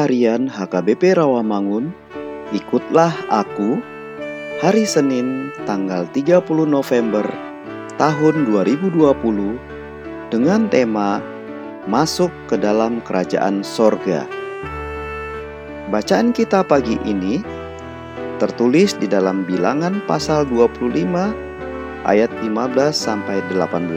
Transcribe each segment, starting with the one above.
Harian HKBP Rawamangun, ikutlah aku, hari Senin tanggal 30 November tahun 2020 dengan tema Masuk ke dalam Kerajaan Sorga. Bacaan kita pagi ini tertulis di dalam Bilangan pasal 25 ayat 15 sampai 18,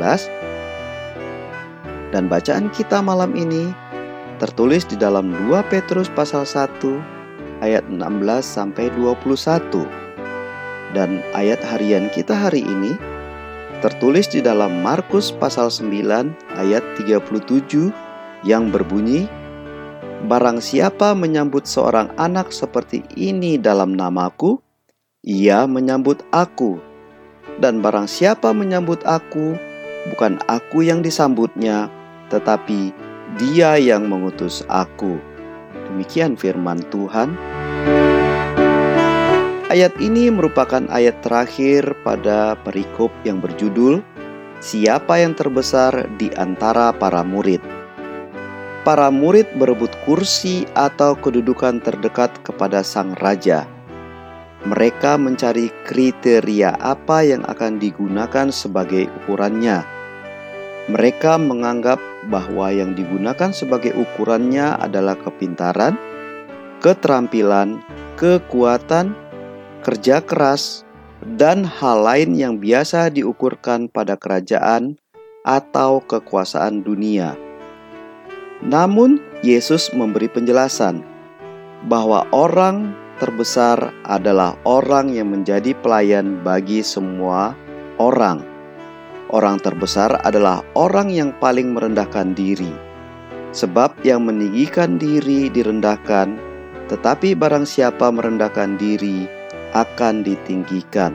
dan bacaan kita malam ini tertulis di dalam 2 Petrus pasal 1 ayat 16 sampai 21. Dan ayat harian kita hari ini tertulis di dalam Markus pasal 9 ayat 37 yang berbunyi, "Barang siapa menyambut seorang anak seperti ini dalam namaku, ia menyambut aku. Dan barang siapa menyambut aku, bukan aku yang disambutnya, tetapi Dia yang mengutus aku." Demikian firman Tuhan. Ayat ini merupakan ayat terakhir pada perikop yang berjudul Siapa yang terbesar di antara para murid. Para murid berebut kursi atau kedudukan terdekat kepada sang raja. Mereka mencari kriteria apa yang akan digunakan sebagai ukurannya. Mereka menganggap bahwa yang digunakan sebagai ukurannya adalah kepintaran, keterampilan, kekuatan, kerja keras, dan hal lain yang biasa diukurkan pada kerajaan atau kekuasaan dunia. Namun, Yesus memberi penjelasan bahwa orang terbesar adalah orang yang menjadi pelayan bagi semua orang. Orang terbesar adalah orang yang paling merendahkan diri. Sebab yang meninggikan diri direndahkan, tetapi barang siapa merendahkan diri akan ditinggikan.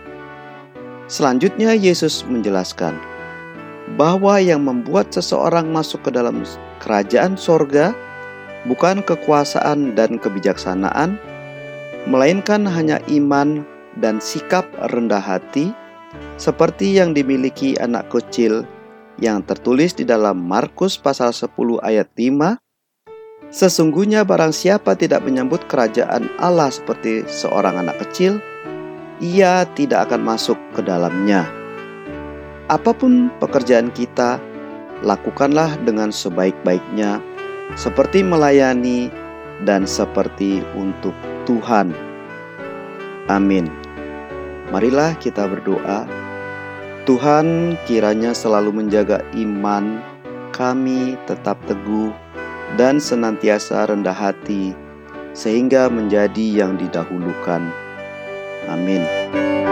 Selanjutnya Yesus menjelaskan bahwa yang membuat seseorang masuk ke dalam kerajaan sorga bukan kekuasaan dan kebijaksanaan, melainkan hanya iman dan sikap rendah hati, seperti yang dimiliki anak kecil yang tertulis di dalam Markus pasal 10 ayat 5. Sesungguhnya barang siapa tidak menyambut kerajaan Allah seperti seorang anak kecil, ia tidak akan masuk ke dalamnya. Apapun pekerjaan kita, lakukanlah dengan sebaik-baiknya, seperti melayani dan seperti untuk Tuhan. Amin. Marilah kita berdoa. Tuhan, kiranya selalu menjaga iman kami tetap teguh dan senantiasa rendah hati, sehingga menjadi yang didahulukan. Amin.